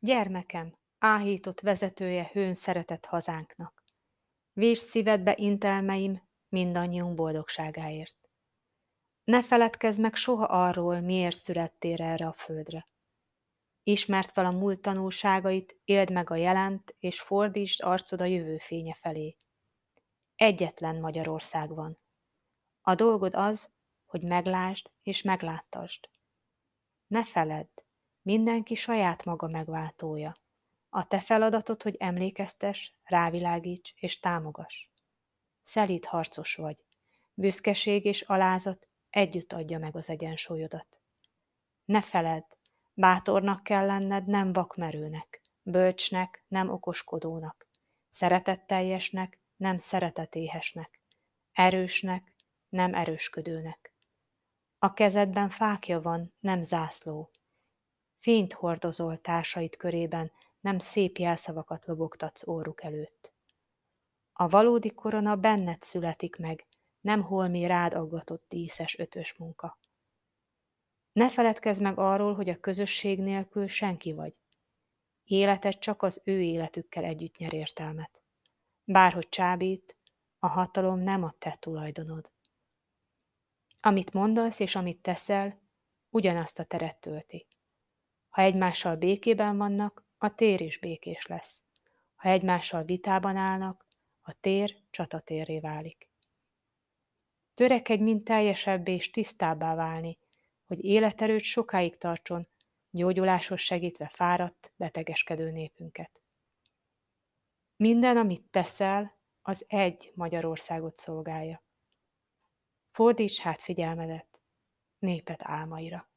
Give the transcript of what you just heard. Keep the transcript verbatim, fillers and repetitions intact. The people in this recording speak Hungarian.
Gyermekem, áhított vezetője hőn szeretett hazánknak. Vésd szívedbe intelmeim mindannyiunk boldogságáért. Ne feledkezz meg soha arról, miért születtél erre a földre. Ismert fel a múlt tanulságait, éld meg a jelent, és fordítsd arcod a jövő fénye felé. Egyetlen Magyarország van. A dolgod az, hogy meglásd és megláttasd. Ne feledd, mindenki saját maga megváltója. A te feladatod, hogy emlékeztess, rávilágíts és támogass. Szelíd harcos vagy. Büszkeség és alázat együtt adja meg az egyensúlyodat. Ne feledd, bátornak kell lenned, nem vakmerőnek, bölcsnek, nem okoskodónak, szeretetteljesnek, nem szeretetéhesnek, erősnek, nem erősködőnek. A kezedben fákja van, nem zászló. Fényt hordozol társaid körében, nem szép jelszavakat lobogtatsz óruk előtt. A valódi korona benned születik meg, nem holmi rád aggatott díszes ötös munka. Ne feledkezz meg arról, hogy a közösség nélkül senki vagy. Életed csak az ő életükkel együtt nyer értelmet. Bárhogy csábít, a hatalom nem a te tulajdonod. Amit mondasz és amit teszel, ugyanazt a teret tölti. Ha egymással békében vannak, a tér is békés lesz. Ha egymással vitában állnak, a tér csatatérré válik. Törekedj mind teljesebbé és tisztábbá válni, hogy életerőd sokáig tartson, gyógyuláshoz segítve fáradt, betegeskedő népünket. Minden, amit teszel, az egy Magyarországot szolgálja. Fordíts hát figyelmedet néped álmaira.